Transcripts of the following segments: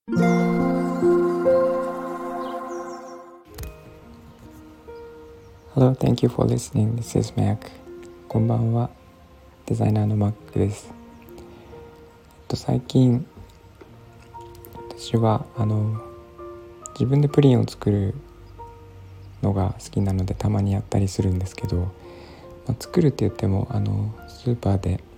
Hello, thank you for listening. This is Mac. こんばんは。デザイナーの Mac です。最近私は自分でプリンを作るのが好きなのでたまにやったりするんですけど、作るって言ってもスーパーで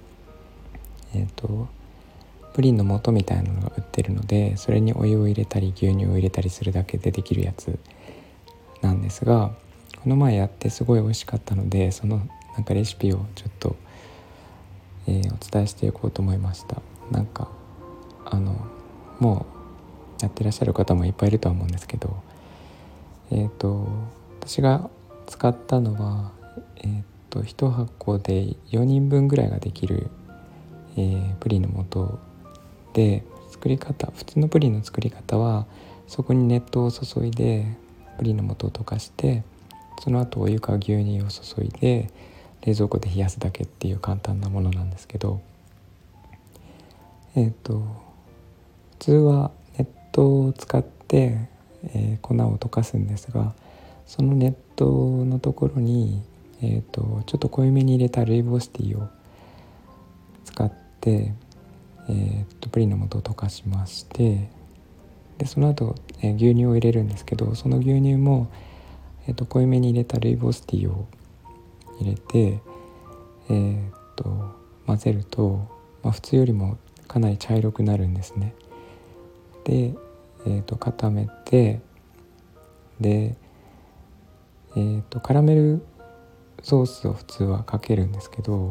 プリンの素みたいなのが売ってるので、それにお湯を入れたり牛乳を入れたりするだけでできるやつなんですが、この前やってすごい美味しかったので、そのレシピをちょっと、お伝えしていこうと思いました。もうやってらっしゃる方もいっぱいいるとは思うんですけど、私が使ったのは1箱で4人分ぐらいができる、プリンの素で、作り方、普通のプリンの作り方はそこに熱湯を注いでプリンの素を溶かして、その後お湯か牛乳を注いで冷蔵庫で冷やすだけっていう簡単なものなんですけど、普通は熱湯を使って、粉を溶かすんですが、その熱湯のところに、ちょっと濃いめに入れたルイボスティーを使って、プリンの素を溶かしまして、でその後、牛乳を入れるんですけど、その牛乳も、濃いめに入れたルイボスティーを入れて、混ぜると、普通よりもかなり茶色くなるんですね。で、固めて、で、カラメルソースを普通はかけるんですけど、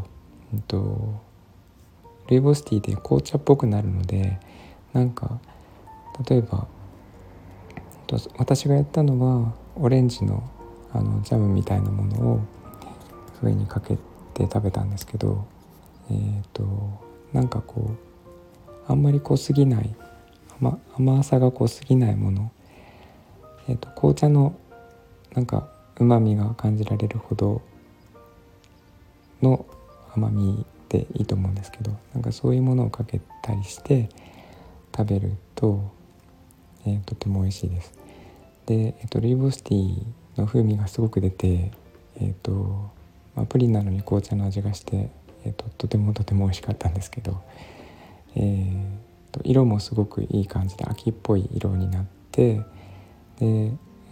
ルイボスティーで紅茶っぽくなるので、例えば私がやったのはオレンジのジャムみたいなものを上にかけて食べたんですけど、あんまり濃すぎない、甘さが濃すぎないもの、紅茶のうまみが感じられるほどの甘みでいいと思うんですけど、そういうものをかけたりして食べると、とても美味しいです。で、ルイボスティーの風味がすごく出て、プリンなのに紅茶の味がして、とても美味しかったんですけど、色もすごくいい感じで秋っぽい色になって、で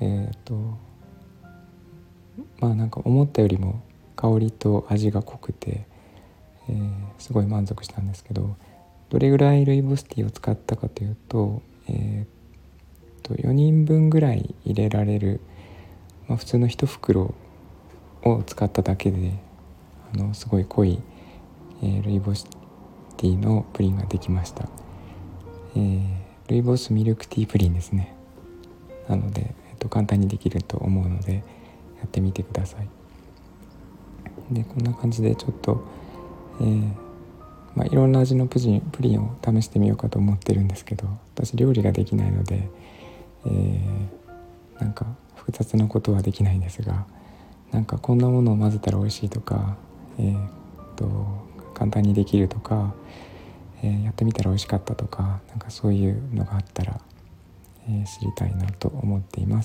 思ったよりも香りと味が濃くて、すごい満足したんですけど、どれぐらいルイボスティーを使ったかというと、4人分ぐらい入れられる、普通の1袋を使っただけですごい濃い、ルイボスティーのプリンができました。ルイボスミルクティープリンですね。なので、簡単にできると思うのでやってみてください。で、こんな感じでちょっと、いろんな味のプリンを試してみようかと思ってるんですけど、私料理ができないので、複雑なことはできないんですが、こんなものを混ぜたら美味しいとか、簡単にできるとか、やってみたら美味しかったとか、そういうのがあったら、知りたいなと思っています。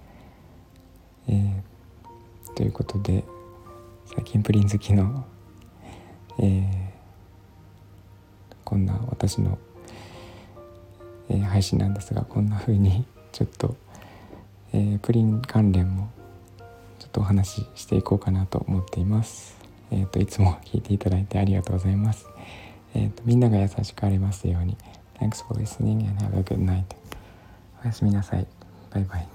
ということで、最近プリン好きの、こんな私の、配信なんですが、こんな風にちょっと、プリン関連もちょっとお話ししていこうかなと思っています。いつも聞いていただいてありがとうございます。みんなが優しくありますように。Thanks for listening and have a good night. おやすみなさい。バイバイ。